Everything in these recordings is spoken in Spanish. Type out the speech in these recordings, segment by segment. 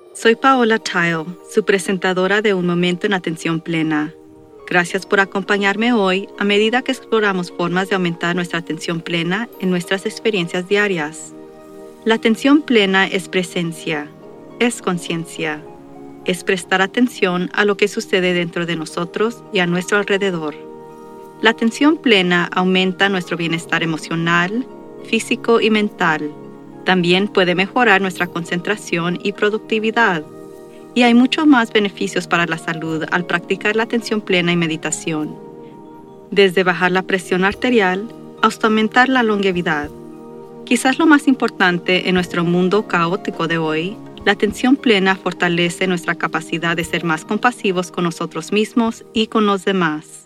Soy Paola Tile, su presentadora de Un Momento en Atención Plena. Gracias por acompañarme hoy a medida que exploramos formas de aumentar nuestra atención plena en nuestras experiencias diarias. La atención plena es presencia, es conciencia, es prestar atención a lo que sucede dentro de nosotros y a nuestro alrededor. La atención plena aumenta nuestro bienestar emocional, físico y mental. También puede mejorar nuestra concentración y productividad. Y hay muchos más beneficios para la salud al practicar la atención plena y meditación. Desde bajar la presión arterial hasta aumentar la longevidad. Quizás lo más importante en nuestro mundo caótico de hoy, la atención plena fortalece nuestra capacidad de ser más compasivos con nosotros mismos y con los demás.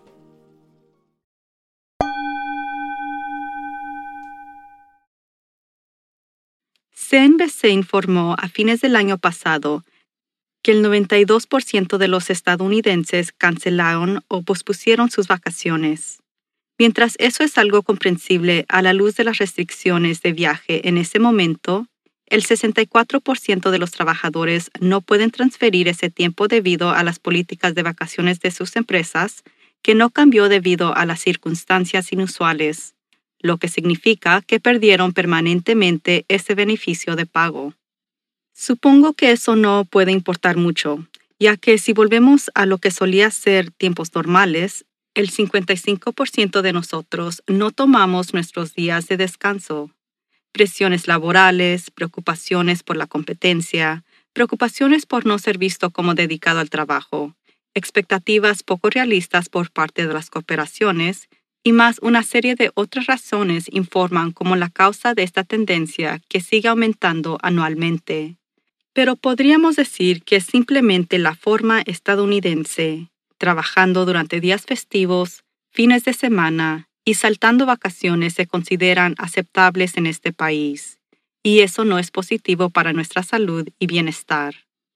CNBC informó a fines del año pasado que el 92% de los estadounidenses cancelaron o pospusieron sus vacaciones. Mientras eso es algo comprensible a la luz de las restricciones de viaje en ese momento, el 64% de los trabajadores no pueden transferir ese tiempo debido a las políticas de vacaciones de sus empresas, que no cambió debido a las circunstancias inusuales, lo que significa que perdieron permanentemente ese beneficio de pago. Supongo que eso no puede importar mucho, ya que si volvemos a lo que solía ser tiempos normales, el 55% de nosotros no tomamos nuestros días de descanso. Presiones laborales, preocupaciones por la competencia, preocupaciones por no ser visto como dedicado al trabajo, expectativas poco realistas por parte de las corporaciones, y más una serie de otras razones informan como la causa de esta tendencia que sigue aumentando anualmente. Pero podríamos decir que es simplemente la forma estadounidense, trabajando durante días festivos, fines de semana y saltando vacaciones se consideran aceptables en este país, y eso no es positivo para nuestra salud y bienestar.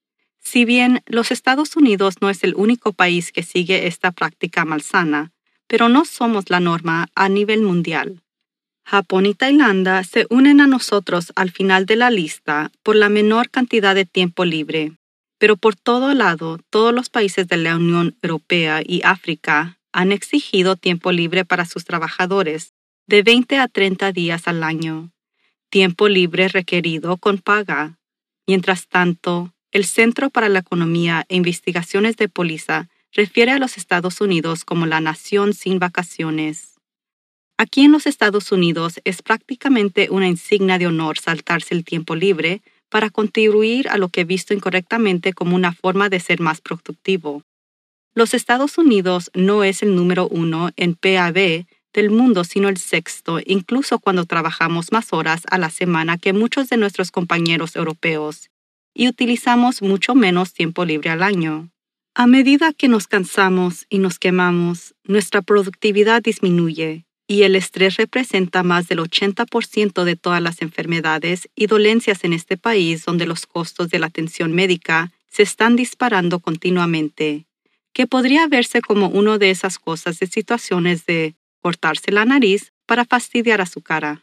Si bien los Estados Unidos no es el único país que sigue esta práctica malsana, pero no somos la norma a nivel mundial. Japón y Tailandia se unen a nosotros al final de la lista por la menor cantidad de tiempo libre, pero por todo lado, todos los países de la Unión Europea y África han exigido tiempo libre para sus trabajadores, de 20 a 30 días al año, tiempo libre requerido con paga. Mientras tanto, el Centro para la Economía e Investigaciones de POLISA refiere a los Estados Unidos como la nación sin vacaciones. Aquí en los Estados Unidos es prácticamente una insignia de honor saltarse el tiempo libre para contribuir a lo que he visto incorrectamente como una forma de ser más productivo. Los Estados Unidos no es el número 1 en PAB del mundo, sino el sexto, incluso cuando trabajamos más horas a la semana que muchos de nuestros compañeros europeos, y utilizamos mucho menos tiempo libre al año. A medida que nos cansamos y nos quemamos, nuestra productividad disminuye y el estrés representa más del 80% de todas las enfermedades y dolencias en este país donde los costos de la atención médica se están disparando continuamente, que podría verse como una de esas cosas de situaciones de cortarse la nariz para fastidiar a su cara.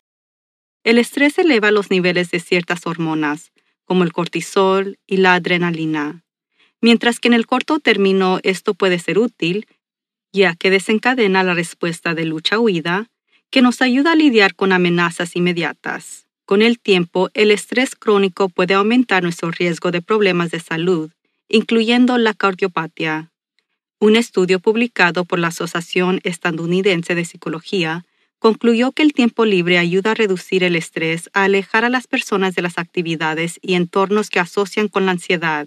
El estrés eleva los niveles de ciertas hormonas, como el cortisol y la adrenalina. Mientras que en el corto término esto puede ser útil, ya que desencadena la respuesta de lucha-huida, que nos ayuda a lidiar con amenazas inmediatas. Con el tiempo, el estrés crónico puede aumentar nuestro riesgo de problemas de salud, incluyendo la cardiopatía. Un estudio publicado por la Asociación Estadounidense de Psicología concluyó que el tiempo libre ayuda a reducir el estrés, a alejar a las personas de las actividades y entornos que asocian con la ansiedad.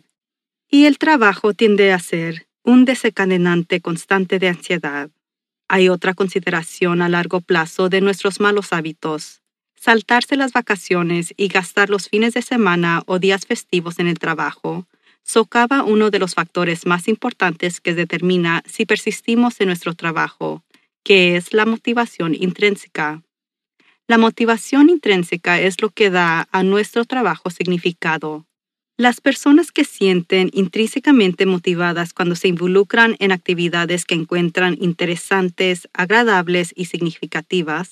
Y el trabajo tiende a ser un desencadenante constante de ansiedad. Hay otra consideración a largo plazo de nuestros malos hábitos. Saltarse las vacaciones y gastar los fines de semana o días festivos en el trabajo socava uno de los factores más importantes que determina si persistimos en nuestro trabajo, que es la motivación intrínseca. La motivación intrínseca es lo que da a nuestro trabajo significado. Las personas que sienten intrínsecamente motivadas cuando se involucran en actividades que encuentran interesantes, agradables y significativas,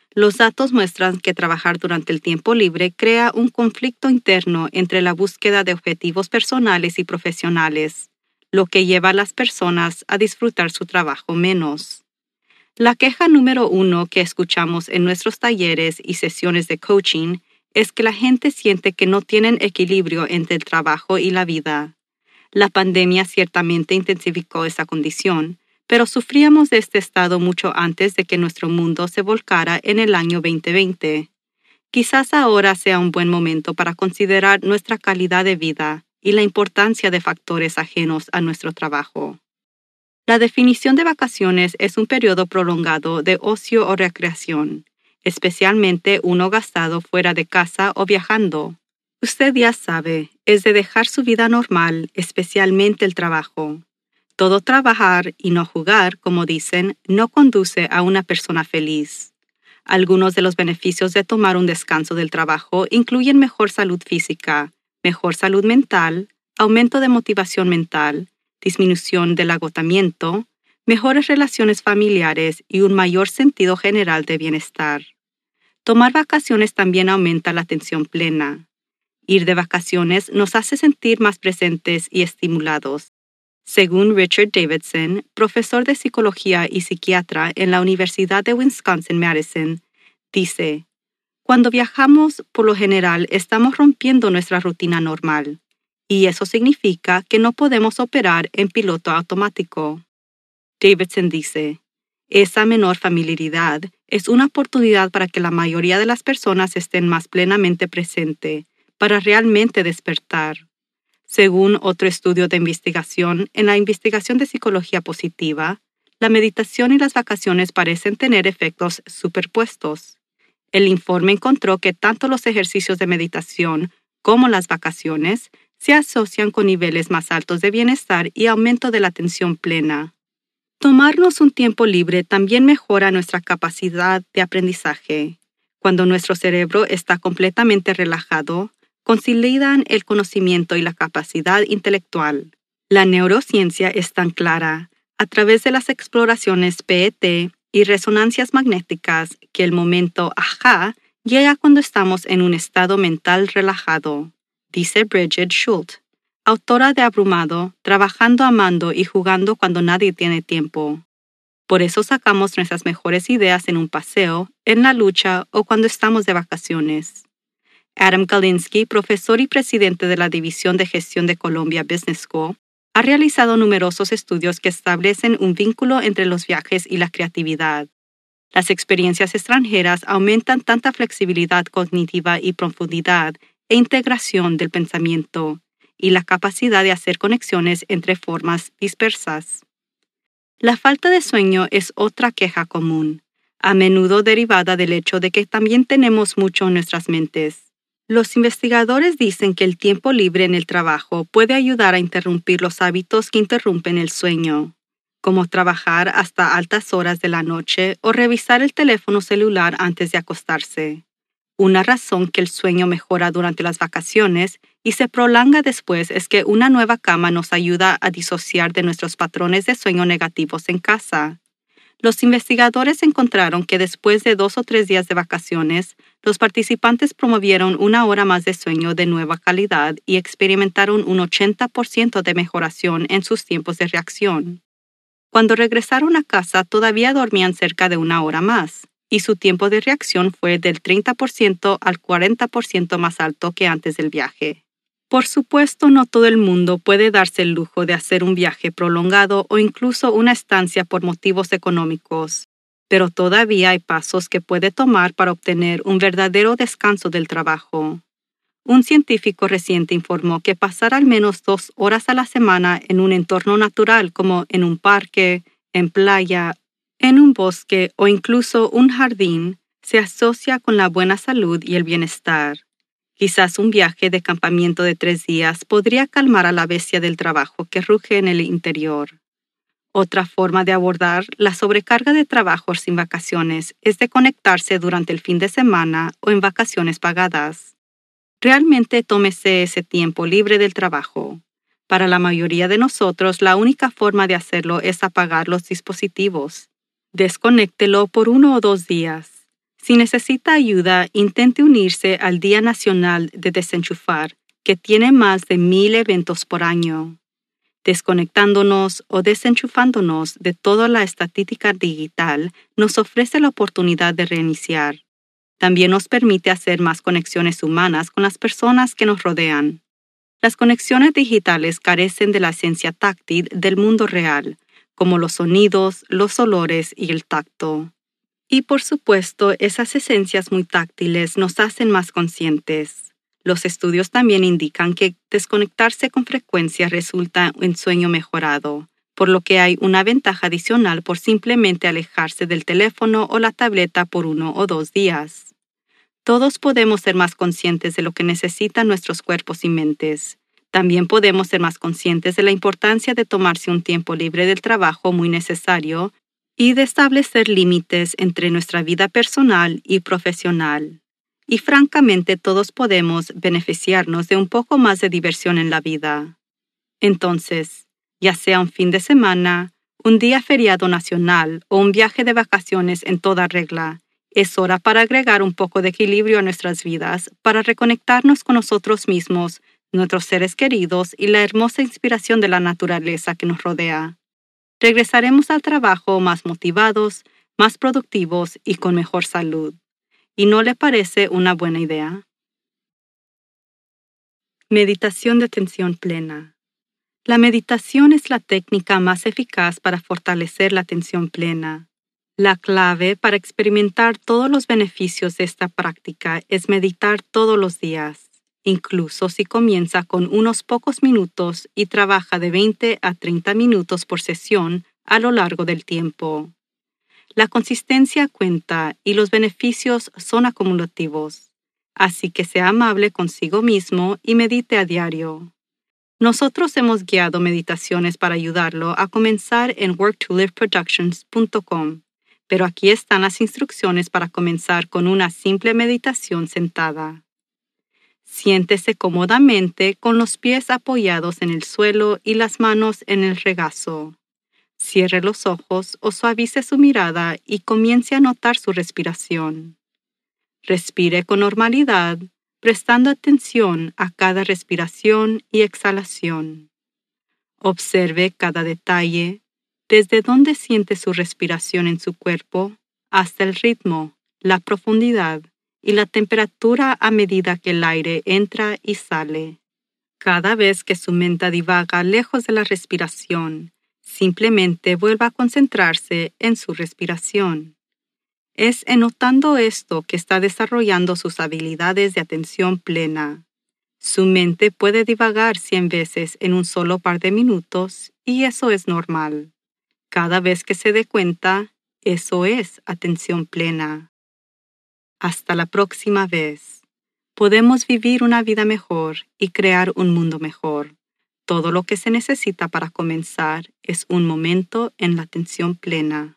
Los datos muestran que trabajar durante el tiempo libre crea un conflicto interno entre la búsqueda de objetivos personales y profesionales, lo que lleva a las personas a disfrutar su trabajo menos. La queja número 1 que escuchamos en nuestros talleres y sesiones de coaching es que la gente siente que no tienen equilibrio entre el trabajo y la vida. La pandemia ciertamente intensificó esa condición, pero sufríamos de este estado mucho antes de que nuestro mundo se volcara en el año 2020. Quizás ahora sea un buen momento para considerar nuestra calidad de vida y la importancia de factores ajenos a nuestro trabajo. La definición de vacaciones es un periodo prolongado de ocio o recreación, especialmente uno gastado fuera de casa o viajando. Usted ya sabe, es de dejar su vida normal, especialmente el trabajo. Todo trabajar y no jugar, como dicen, no conduce a una persona feliz. Algunos de los beneficios de tomar un descanso del trabajo incluyen mejor salud física, mejor salud mental, aumento de motivación mental, disminución del agotamiento, mejores relaciones familiares y un mayor sentido general de bienestar. Tomar vacaciones también aumenta la atención plena. Ir de vacaciones nos hace sentir más presentes y estimulados. Según Richard Davidson, profesor de psicología y psiquiatra en la Universidad de Wisconsin-Madison, dice: cuando viajamos, por lo general, estamos rompiendo nuestra rutina normal, y eso significa que no podemos operar en piloto automático. Davidson dice: esa menor familiaridad es una oportunidad para que la mayoría de las personas estén más plenamente presentes, para realmente despertar. Según otro estudio de investigación en la investigación de psicología positiva, la meditación y las vacaciones parecen tener efectos superpuestos. El informe encontró que tanto los ejercicios de meditación como las vacaciones se asocian con niveles más altos de bienestar y aumento de la atención plena. Tomarnos un tiempo libre también mejora nuestra capacidad de aprendizaje. Cuando nuestro cerebro está completamente relajado, consolidan el conocimiento y la capacidad intelectual. La neurociencia es tan clara, a través de las exploraciones PET y resonancias magnéticas, que el momento ajá llega cuando estamos en un estado mental relajado, dice Bridget Schultz, autora de Abrumado, trabajando, amando y jugando cuando nadie tiene tiempo. Por eso sacamos nuestras mejores ideas en un paseo, en la lucha o cuando estamos de vacaciones. Adam Galinsky, profesor y presidente de la División de Gestión de Columbia Business School, ha realizado numerosos estudios que establecen un vínculo entre los viajes y la creatividad. Las experiencias extranjeras aumentan tanta flexibilidad cognitiva y profundidad e integración del pensamiento, y la capacidad de hacer conexiones entre formas dispersas. La falta de sueño es otra queja común, a menudo derivada del hecho de que también tenemos mucho en nuestras mentes. Los investigadores dicen que el tiempo libre en el trabajo puede ayudar a interrumpir los hábitos que interrumpen el sueño, como trabajar hasta altas horas de la noche o revisar el teléfono celular antes de acostarse. Una razón que el sueño mejora durante las vacaciones y se prolonga después es que una nueva cama nos ayuda a disociar de nuestros patrones de sueño negativos en casa. Los investigadores encontraron que después de 2 o 3 días de vacaciones, los participantes promovieron 1 hora más de sueño de nueva calidad y experimentaron un 80% de mejoración en sus tiempos de reacción. Cuando regresaron a casa, todavía dormían cerca de 1 hora más, y su tiempo de reacción fue del 30% al 40% más alto que antes del viaje. Por supuesto, no todo el mundo puede darse el lujo de hacer un viaje prolongado o incluso una estancia por motivos económicos, pero todavía hay pasos que puede tomar para obtener un verdadero descanso del trabajo. Un científico reciente informó que pasar al menos 2 horas a la semana en un entorno natural como en un parque, en playa, en un bosque o incluso un jardín se asocia con la buena salud y el bienestar. Quizás un viaje de campamento de 3 días podría calmar a la bestia del trabajo que ruge en el interior. Otra forma de abordar la sobrecarga de trabajo sin vacaciones es de conectarse durante el fin de semana o en vacaciones pagadas. Realmente tómese ese tiempo libre del trabajo. Para la mayoría de nosotros, la única forma de hacerlo es apagar los dispositivos. Desconéctelo por 1 o 2 días. Si necesita ayuda, intente unirse al Día Nacional de Desenchufar, que tiene más de 1,000 eventos por año. Desconectándonos o desenchufándonos de toda la estática digital nos ofrece la oportunidad de reiniciar. También nos permite hacer más conexiones humanas con las personas que nos rodean. Las conexiones digitales carecen de la esencia táctil del mundo real, como los sonidos, los olores y el tacto. Y por supuesto, esas esencias muy táctiles nos hacen más conscientes. Los estudios también indican que desconectarse con frecuencia resulta en sueño mejorado, por lo que hay una ventaja adicional por simplemente alejarse del teléfono o la tableta por 1 o 2 días. Todos podemos ser más conscientes de lo que necesitan nuestros cuerpos y mentes. También podemos ser más conscientes de la importancia de tomarse un tiempo libre del trabajo muy necesario y de establecer límites entre nuestra vida personal y profesional. Y francamente todos podemos beneficiarnos de un poco más de diversión en la vida. Entonces, ya sea un fin de semana, un día feriado nacional o un viaje de vacaciones en toda regla, es hora para agregar un poco de equilibrio a nuestras vidas, para reconectarnos con nosotros mismos, nuestros seres queridos y la hermosa inspiración de la naturaleza que nos rodea. Regresaremos al trabajo más motivados, más productivos y con mejor salud. ¿Y no le parece una buena idea? Meditación de atención plena. La meditación es la técnica más eficaz para fortalecer la atención plena. La clave para experimentar todos los beneficios de esta práctica es meditar todos los días, incluso si comienza con unos pocos minutos y trabaja de 20 a 30 minutos por sesión a lo largo del tiempo. La consistencia cuenta y los beneficios son acumulativos, así que sea amable consigo mismo y medite a diario. Nosotros hemos guiado meditaciones para ayudarlo a comenzar en worktoliveproductions.com. Pero aquí están las instrucciones para comenzar con una simple meditación sentada. Siéntese cómodamente con los pies apoyados en el suelo y las manos en el regazo. Cierre los ojos o suavice su mirada y comience a notar su respiración. Respire con normalidad, prestando atención a cada respiración y exhalación. Observe cada detalle, desde dónde siente su respiración en su cuerpo hasta el ritmo, la profundidad y la temperatura a medida que el aire entra y sale. Cada vez que su mente divaga lejos de la respiración, simplemente vuelva a concentrarse en su respiración. Es en notando esto que está desarrollando sus habilidades de atención plena. Su mente puede divagar 100 veces en un solo par de minutos y eso es normal. Cada vez que se dé cuenta, eso es atención plena. Hasta la próxima vez. Podemos vivir una vida mejor y crear un mundo mejor. Todo lo que se necesita para comenzar es un momento en la atención plena.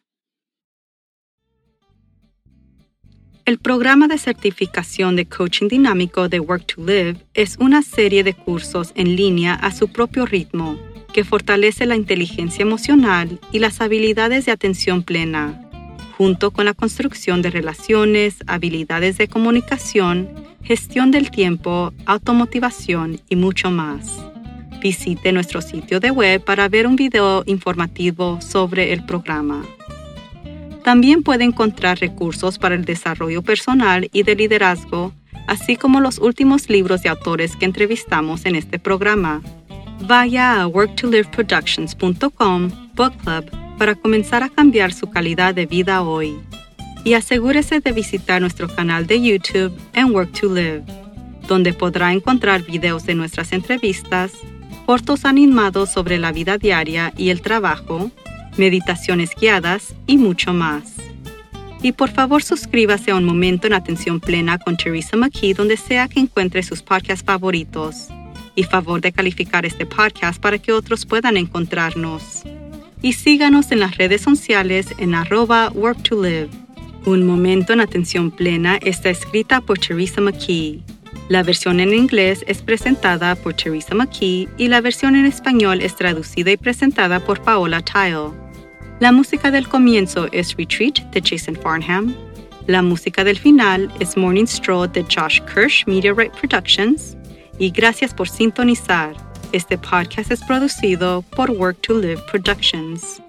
El programa de certificación de coaching dinámico de Work to Live es una serie de cursos en línea a su propio ritmo, que fortalece la inteligencia emocional y las habilidades de atención plena, junto con la construcción de relaciones, habilidades de comunicación, gestión del tiempo, automotivación y mucho más. Visite nuestro sitio de web para ver un video informativo sobre el programa. También puede encontrar recursos para el desarrollo personal y de liderazgo, así como los últimos libros de autores que entrevistamos en este programa. Vaya a worktoliveproductions.com Book Club para comenzar a cambiar su calidad de vida hoy. Y asegúrese de visitar nuestro canal de YouTube en Work to Live, donde podrá encontrar videos de nuestras entrevistas, cortos animados sobre la vida diaria y el trabajo, meditaciones guiadas y mucho más. Y por favor suscríbase a Un Momento en Atención Plena con Teresa McKee donde sea que encuentre sus podcasts favoritos. Y favor de calificar este podcast para que otros puedan encontrarnos. Y síganos en las redes sociales en @worktolive. Un Momento en Atención Plena está escrita por Teresa McKee. La versión en inglés es presentada por Teresa McKee y la versión en español es traducida y presentada por Paola Tile. La música del comienzo es Retreat de Jason Farnham La música del final es Morning Stroll de Josh Kirsch Media Right Productions y gracias por sintonizar. Este podcast es producido por Work to Live Productions.